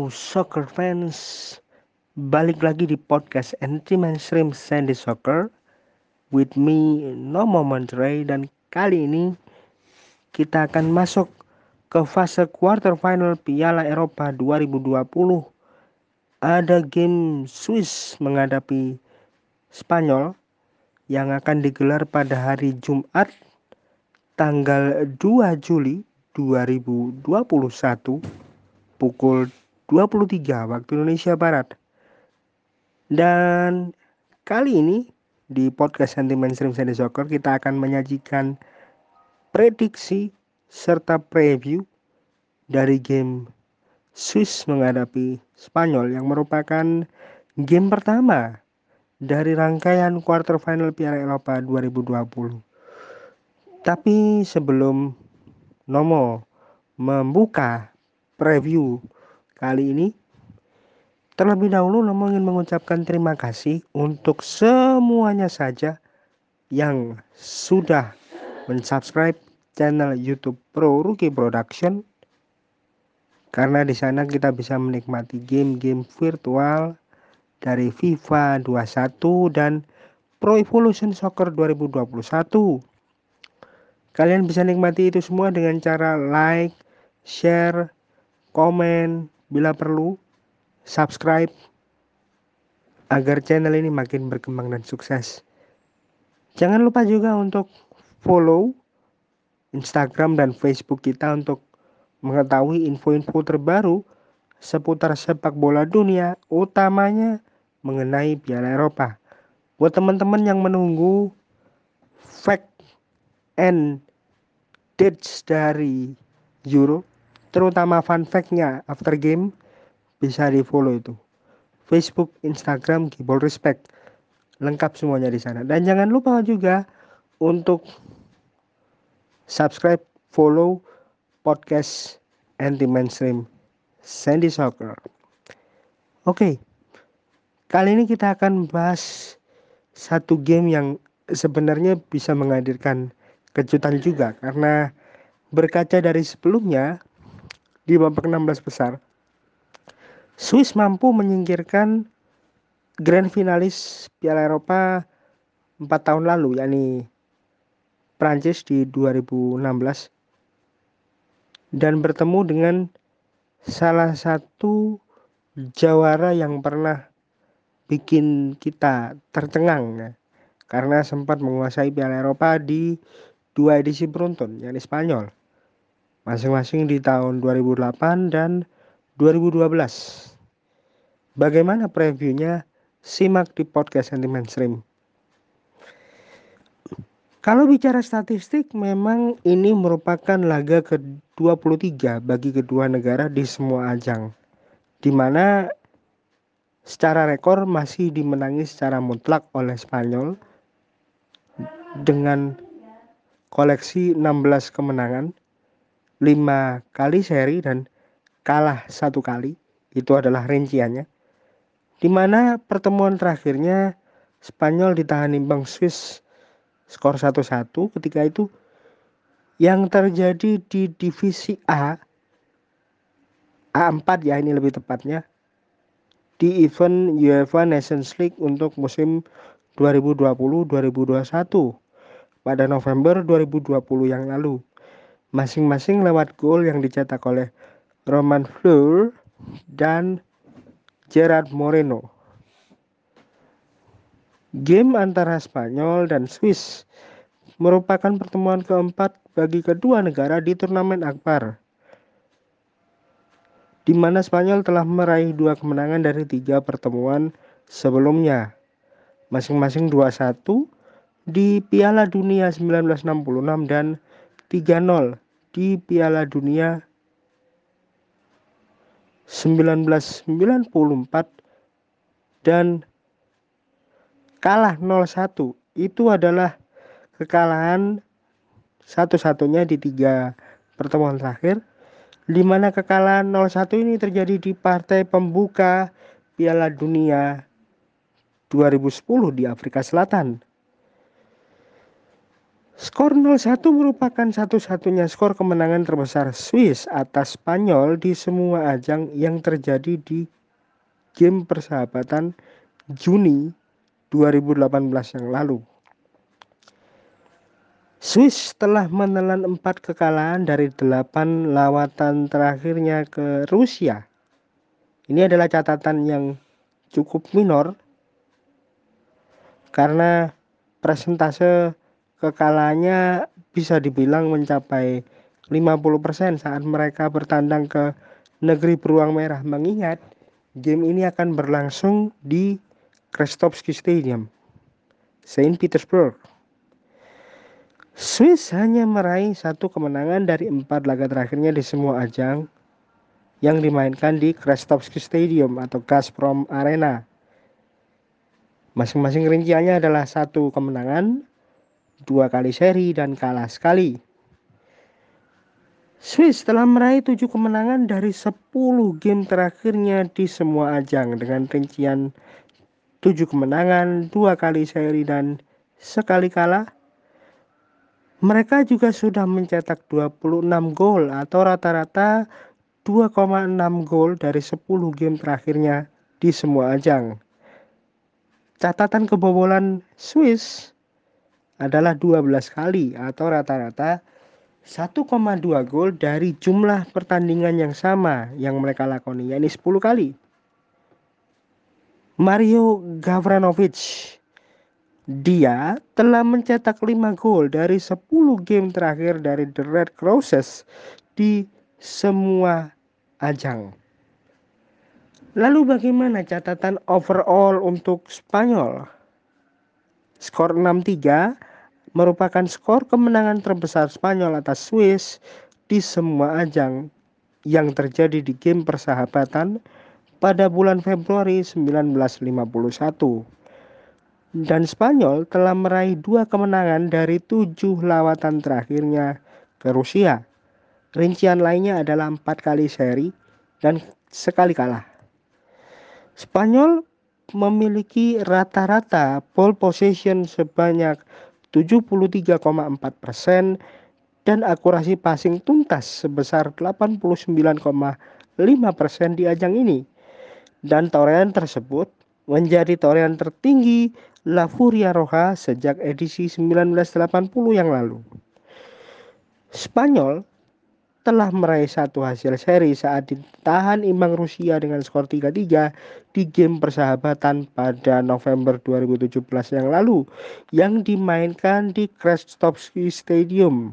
soccer fans, balik lagi di podcast anti-mainstream Sandy Soccer with me Nomo Monterey, dan kali ini kita akan masuk ke fase quarter final Piala Eropa 2020. Ada game Swiss menghadapi Spanyol yang akan digelar pada hari Jumat tanggal 2 Juli 2021 pukul 23 waktu Indonesia Barat. Dan kali ini di podcast Anti Mainstream Sandy Soccer kita akan menyajikan prediksi serta preview dari game Swiss menghadapi Spanyol yang merupakan game pertama dari rangkaian quarter final Piala Eropa 2020. Tapi sebelum Nomo membuka preview kali ini, terlebih dahulu Nomo ingin mengucapkan terima kasih untuk semuanya saja yang sudah mensubscribe channel YouTube Pro Rookie Production, karena di sana kita bisa menikmati game-game virtual dari FIFA 21 dan Pro Evolution Soccer 2021. Kalian bisa nikmati itu semua dengan cara like, share, komen, bila perlu subscribe agar channel ini makin berkembang dan sukses. Jangan lupa juga untuk follow Instagram dan Facebook kita untuk mengetahui info-info terbaru seputar sepak bola dunia, utamanya mengenai Piala Eropa. Buat teman-teman yang menunggu fact and dates dari Euro, terutama fun fact-nya after game, bisa di follow itu. Facebook, Instagram, Gibol Respect. Lengkap semuanya di sana. Dan jangan lupa juga untuk subscribe, follow podcast Anti Mainstream Sandy Soccer. Oke, kali ini kita akan bahas satu game yang sebenarnya bisa menghadirkan kejutan juga, karena berkaca dari sebelumnya di babak 16 besar, Swiss mampu menyingkirkan grand finalis Piala Eropa 4 tahun lalu, yakni Prancis di 2016, dan bertemu dengan salah satu jawara yang pernah bikin kita tercengang ya, karena sempat menguasai Piala Eropa di 2 edisi beruntun, yakni Spanyol, masing-masing di tahun 2008 dan 2012. Bagaimana previewnya? Simak di podcast Anti Mainstream. Kalau bicara statistik, memang ini merupakan laga ke-23 bagi kedua negara di semua ajang, di mana secara rekor masih dimenangi secara mutlak oleh Spanyol dengan koleksi 16 kemenangan, 5 kali seri dan kalah 1 kali. Itu adalah rinciannya. Di mana pertemuan terakhirnya Spanyol ditahan imbang Swiss skor 1-1 ketika itu, yang terjadi di divisi A4 ya, ini lebih tepatnya, di event UEFA Nations League untuk musim 2020-2021 pada November 2020 yang lalu, masing-masing lewat gol yang dicetak oleh Romain Fleur dan Gerard Moreno. Game antara Spanyol dan Swiss merupakan pertemuan keempat bagi kedua negara di turnamen akbar, di mana Spanyol telah meraih 2 kemenangan dari 3 pertemuan sebelumnya, masing-masing 2-1 di Piala Dunia 1966 dan 3-0 di Piala Dunia 1994, dan kalah 0-1. Itu adalah kekalahan satu-satunya di 3 pertemuan terakhir, di mana kekalahan 0-1 ini terjadi di partai pembuka Piala Dunia 2010 di Afrika Selatan. Skor 0-1 merupakan satu-satunya skor kemenangan terbesar Swiss atas Spanyol di semua ajang yang terjadi di game persahabatan Juni 2018 yang lalu. Swiss telah menelan 4 kekalahan dari 8 lawatan terakhirnya ke Rusia. Ini adalah catatan yang cukup minor karena persentase kekalahannya bisa dibilang mencapai 50% saat mereka bertandang ke negeri beruang merah, mengingat game ini akan berlangsung di Krestovsky Stadium, Saint Petersburg. Swiss hanya meraih 1 kemenangan dari 4 laga terakhirnya di semua ajang yang dimainkan di Krestovsky Stadium atau Gazprom Arena. Masing-masing rinciannya adalah 1 kemenangan, 2 kali seri, dan kalah sekali. Swiss telah meraih 7 kemenangan dari 10 game terakhirnya di semua ajang dengan rincian 7 kemenangan, 2 kali seri, dan sekali kalah. Mereka juga sudah mencetak 26 gol atau rata-rata 2,6 gol dari 10 game terakhirnya di semua ajang. Catatan kebobolan Swiss adalah 12 kali atau rata-rata 1,2 gol dari jumlah pertandingan yang sama yang mereka lakoni, yakni 10 kali. Mario Gavranovic, dia telah mencetak 5 gol dari 10 game terakhir dari The Red Crosses di semua ajang. Lalu bagaimana catatan overall untuk Spanyol? Skor 6-3 merupakan skor kemenangan terbesar Spanyol atas Swiss di semua ajang yang terjadi di game persahabatan pada bulan Februari 1951. Dan Spanyol telah meraih 2 kemenangan dari 7 lawatan terakhirnya ke Rusia. Rincian lainnya adalah 4 kali seri dan sekali kalah. Spanyol memiliki rata-rata ball possession sebanyak 73,4% dan akurasi passing tuntas sebesar 89,5% di ajang ini. Dan torehan tersebut menjadi torehan tertinggi La Furia Roja sejak edisi 1980 yang lalu. Spanyol telah meraih 1 hasil seri saat ditahan imbang Rusia dengan skor 3-3 di game persahabatan pada November 2017 yang lalu yang dimainkan di Krestovsky Stadium.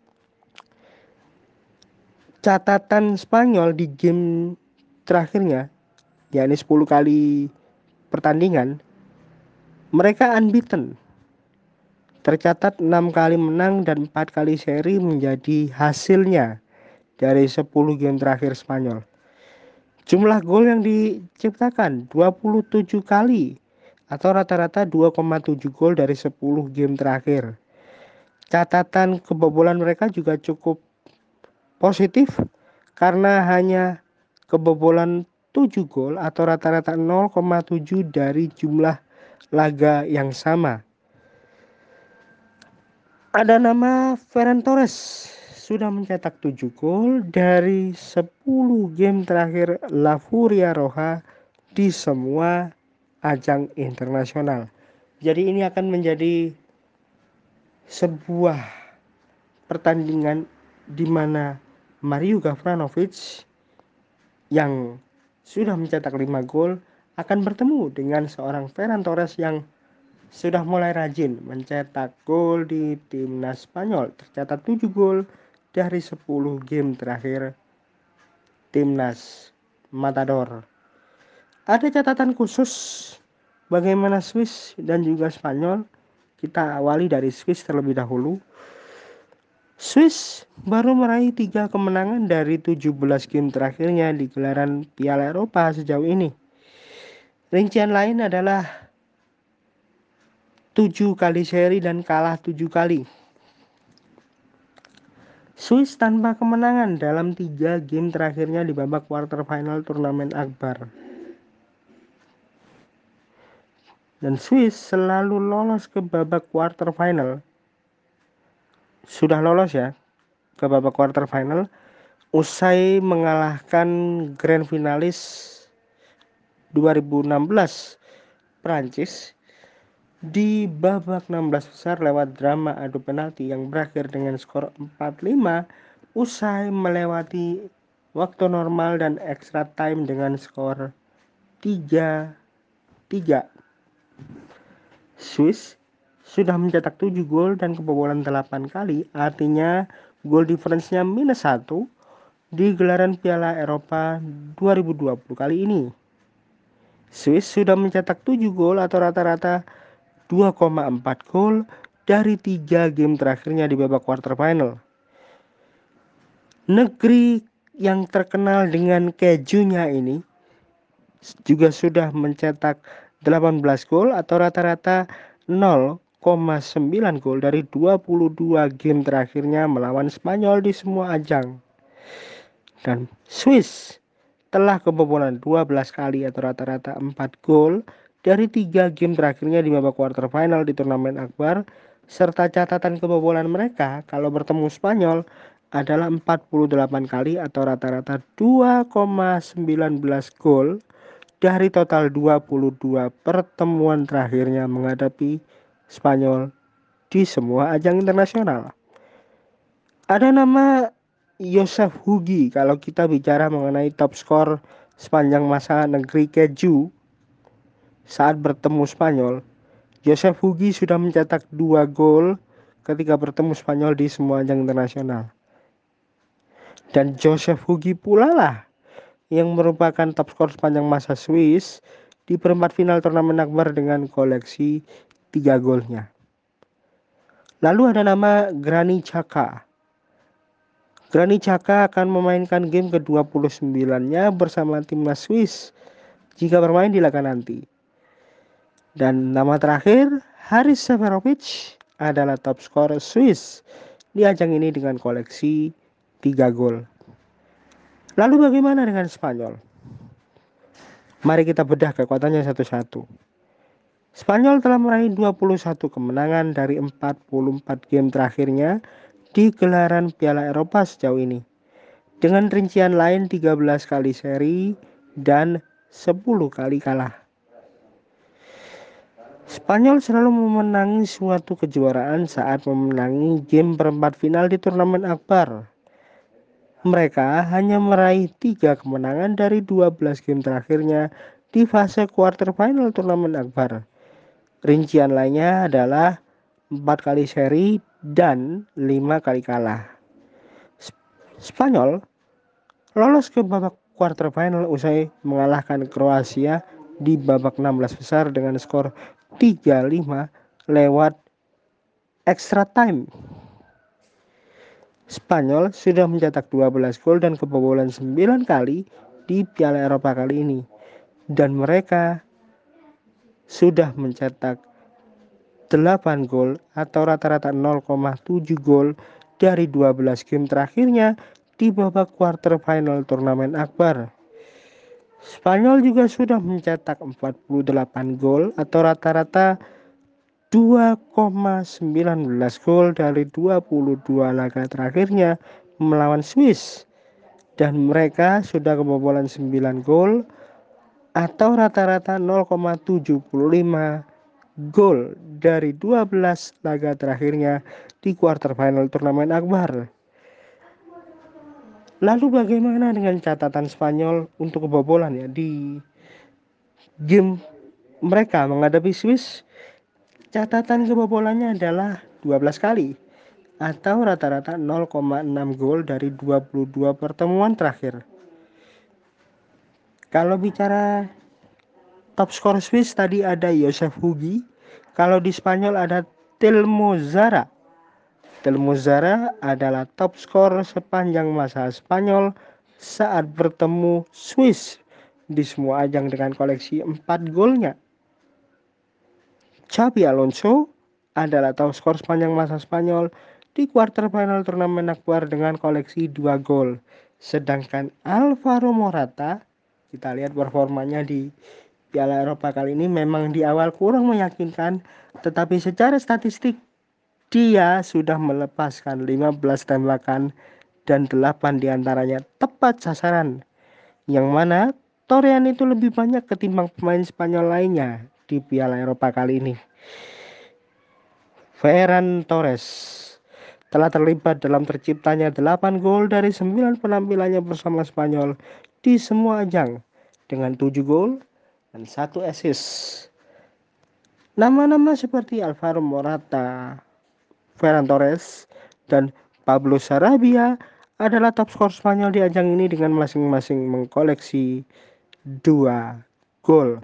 Catatan Spanyol di game terakhirnya, yakni 10 kali pertandingan, mereka unbeaten. Tercatat 6 kali menang dan 4 kali seri menjadi hasilnya dari 10 game terakhir Spanyol. Jumlah gol yang diciptakan 27 kali atau rata-rata 2,7 gol dari 10 game terakhir. Catatan kebobolan mereka juga cukup positif karena hanya kebobolan 7 gol atau rata-rata 0,7 dari jumlah laga yang sama. Ada nama Ferran Torres, sudah mencetak 7 gol dari 10 game terakhir La Furia Roja di semua ajang internasional. Jadi ini akan menjadi sebuah pertandingan di mana Mario Gavranovic yang sudah mencetak 5 gol akan bertemu dengan seorang Ferran Torres yang sudah mulai rajin mencetak gol di timnas Spanyol. Tercatat 7 gol dari 10 game terakhir timnas Matador. Ada catatan khusus bagaimana Swiss dan juga Spanyol. Kita awali dari Swiss terlebih dahulu. Swiss baru meraih 3 kemenangan dari 17 game terakhirnya di gelaran Piala Eropa sejauh ini. Rincian lain adalah 7 kali seri dan kalah 7 kali. Swiss tanpa kemenangan dalam 3 game terakhirnya di babak quarter final turnamen Akbar. Dan Swiss selalu lolos ke babak quarter final sudah lolos ya ke babak quarter final usai mengalahkan grand finalis 2016 Prancis di babak 16 besar lewat drama adu penalti yang berakhir dengan skor 4-5 usai melewati waktu normal dan extra time dengan skor 3-3. Swiss sudah mencetak 7 gol dan kebobolan 8 kali, artinya gol difference-nya -1 di gelaran Piala Eropa 2020 kali ini. Swiss sudah mencetak 7 gol atau rata-rata 2,4 gol dari 3 game terakhirnya di babak quarter final. Negeri yang terkenal dengan kejunya ini juga sudah mencetak 18 gol atau rata-rata 0,9 gol dari 22 game terakhirnya melawan Spanyol di semua ajang. Dan Swiss telah kebobolan 12 kali atau rata-rata 4 gol dari 3 game terakhirnya di babak quarter final di turnamen akbar, serta catatan kebobolan mereka kalau bertemu Spanyol adalah 48 kali atau rata-rata 2,19 gol dari total 22 pertemuan terakhirnya menghadapi Spanyol di semua ajang internasional. Ada nama Joseph Hugi kalau kita bicara mengenai top skor sepanjang masa negeri keju saat bertemu Spanyol. Joseph Hugi sudah mencetak 2 gol ketika bertemu Spanyol di semua ajang internasional. Dan Joseph Hugi pula lah yang merupakan top skor sepanjang masa Swiss di perempat final turnamen akbar dengan koleksi 3 golnya. Lalu ada nama Granit Xhaka. Granit Xhaka akan memainkan game ke-29-nya bersama timnas Swiss jika bermain di laga nanti. Dan nama terakhir, Haris Seferovic adalah top skor Swiss di ajang ini dengan koleksi 3 gol. Lalu bagaimana dengan Spanyol? Mari kita bedah kekuatannya satu-satu. Spanyol telah meraih 21 kemenangan dari 44 game terakhirnya di gelaran Piala Eropa sejauh ini. Dengan rincian lain 13 kali seri dan 10 kali kalah. Spanyol selalu memenangi suatu kejuaraan saat memenangi game perempat final di turnamen akbar. Mereka hanya meraih 3 kemenangan dari 12 game terakhirnya di fase quarter final turnamen akbar. Rincian lainnya adalah 4 kali seri dan 5 kali kalah. Spanyol lolos ke babak quarter final usai mengalahkan Kroasia di babak 16 besar dengan skor 3-5 lewat extra time. Spanyol sudah mencetak 12 gol dan kebobolan 9 kali di Piala Eropa kali ini. Dan mereka sudah mencetak 8 gol atau rata-rata 0,7 gol dari 12 game terakhirnya di babak quarter final turnamen akbar. Spanyol juga sudah mencetak 48 gol atau rata-rata 2,19 gol dari 22 laga terakhirnya melawan Swiss. Dan mereka sudah kebobolan 9 gol atau rata-rata 0,75 gol dari 12 laga terakhirnya di quarter final turnamen akbar. Lalu bagaimana dengan catatan Spanyol untuk kebobolan ya di game mereka menghadapi Swiss? Catatan kebobolannya adalah 12 kali atau rata-rata 0,6 gol dari 22 pertemuan terakhir. Kalau bicara top skor Swiss tadi ada Joseph Hugi. Kalau di Spanyol ada Telmo Zarra. Telmo Zarra adalah top skor sepanjang masa Spanyol saat bertemu Swiss di semua ajang dengan koleksi 4 golnya. Xabi Alonso adalah top skor sepanjang masa Spanyol di quarter final turnamen akbar dengan koleksi 2 gol. Sedangkan Alvaro Morata, kita lihat performanya di Piala Eropa kali ini memang di awal kurang meyakinkan, tetapi secara statistik Dia sudah melepaskan 15 tembakan dan 8 diantaranya tepat sasaran. Yang mana Torrean itu lebih banyak ketimbang pemain Spanyol lainnya di Piala Eropa kali ini. Ferran Torres telah terlibat dalam terciptanya 8 gol dari 9 penampilannya bersama Spanyol di semua ajang dengan 7 gol dan 1 assist. Nama-nama seperti Alvaro Morata, Ferran Torres, dan Pablo Sarabia adalah top skor Spanyol di ajang ini dengan masing-masing mengkoleksi 2 gol.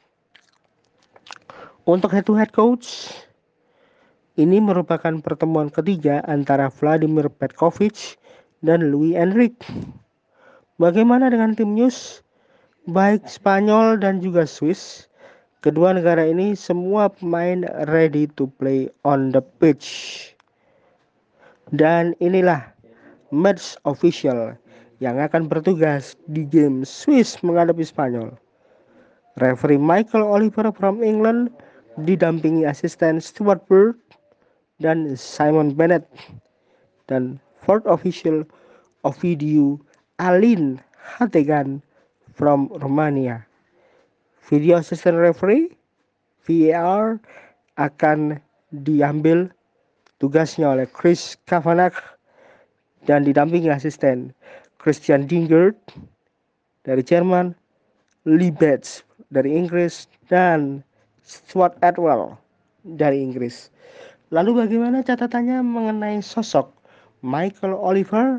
Untuk head-to-head coach, ini merupakan pertemuan ketiga antara Vladimir Petkovic dan Luis Enrique. Bagaimana dengan tim News? Baik Spanyol dan juga Swiss, kedua negara ini semua pemain ready to play on the pitch. Dan inilah match official yang akan bertugas di game Swiss menghadapi Spanyol. Referee Michael Oliver from England didampingi asisten Stuart Bird dan Simon Bennett, dan fourth official Ovidiu Alin Hategan from Romania. Video assistant referee VAR akan diambil tugasnya oleh Chris Kavanagh dan didampingi asisten Christian Dingert dari Jerman, Lee Betts dari Inggris, dan Stuart Atwell dari Inggris. Lalu bagaimana catatannya mengenai sosok Michael Oliver?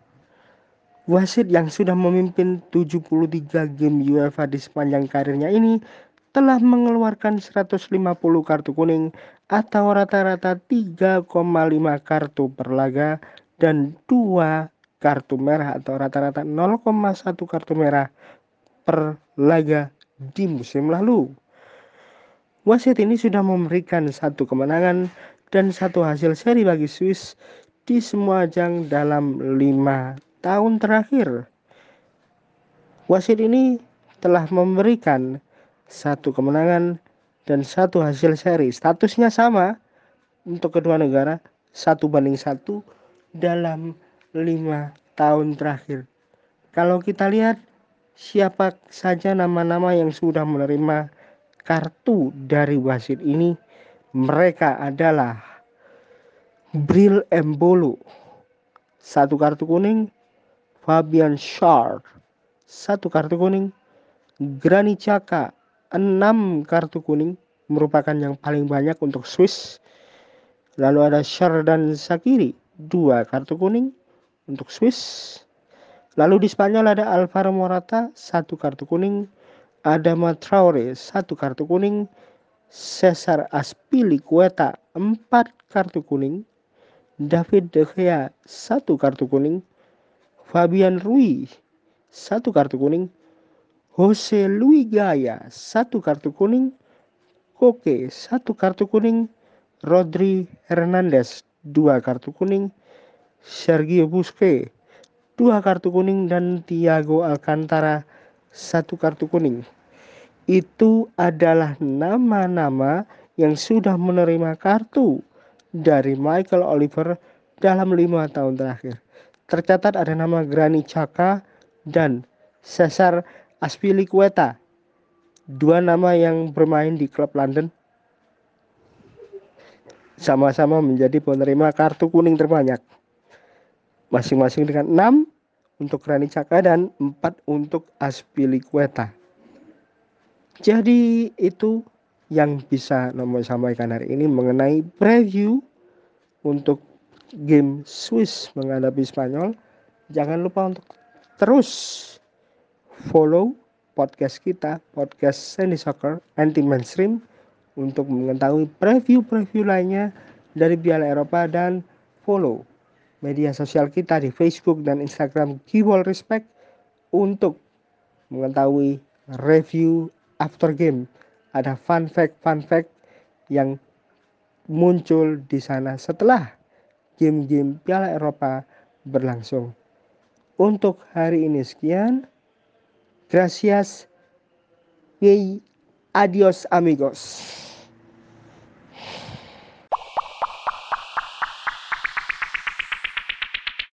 Wasit yang sudah memimpin 73 game UEFA di sepanjang karirnya ini telah mengeluarkan 150 kartu kuning atau rata-rata 3,5 kartu per laga dan 2 kartu merah atau rata-rata 0,1 kartu merah per laga di musim lalu. Wasit ini sudah memberikan 1 kemenangan dan 1 hasil seri bagi Swiss di semua ajang dalam 5 tahun terakhir. Wasit ini telah memberikan 1 kemenangan dan 1 hasil seri. Statusnya sama untuk kedua negara, 1-1 dalam 5 tahun terakhir. Kalau kita lihat siapa saja nama-nama yang sudah menerima kartu dari wasit ini, mereka adalah Bril Embolo 1 kartu kuning, Fabian Schär 1 kartu kuning, Granit Xhaka 6 kartu kuning, merupakan yang paling banyak untuk Swiss. Lalu ada Xherdan Shaqiri 2 kartu kuning untuk Swiss. Lalu di Spanyol ada Alvaro Morata 1 kartu kuning, Adama Traore 1 kartu kuning, Cesar Azpilicueta 4 kartu kuning, David De Gea 1 kartu kuning, Fabian Ruiz 1 kartu kuning, Jose Luis Gaya 1 kartu kuning, Koke 1 kartu kuning, Rodri Hernandez 2 kartu kuning, Sergio Busquets 2 kartu kuning, dan Thiago Alcantara 1 kartu kuning. Itu adalah nama-nama yang sudah menerima kartu dari Michael Oliver dalam 5 tahun terakhir. Tercatat ada nama Granit Xhaka dan Cesar Azpilicueta, 2 nama yang bermain di klub London, sama-sama menjadi penerima kartu kuning terbanyak, masing-masing dengan 6 untuk Granit Xhaka dan 4 untuk Azpilicueta. Jadi itu yang bisa Nomo sampaikan hari ini mengenai preview untuk game Swiss menghadapi Spanyol. Jangan lupa untuk terus follow podcast kita, podcast Sandy Soccer Anti Mainstream, untuk mengetahui preview-preview lainnya dari Piala Eropa, dan follow media sosial kita di Facebook dan Instagram Kibol Respect untuk mengetahui review after game. Ada fun fact yang muncul di sana setelah game-game Piala Eropa berlangsung. Untuk hari ini sekian. Gracias y adios amigos.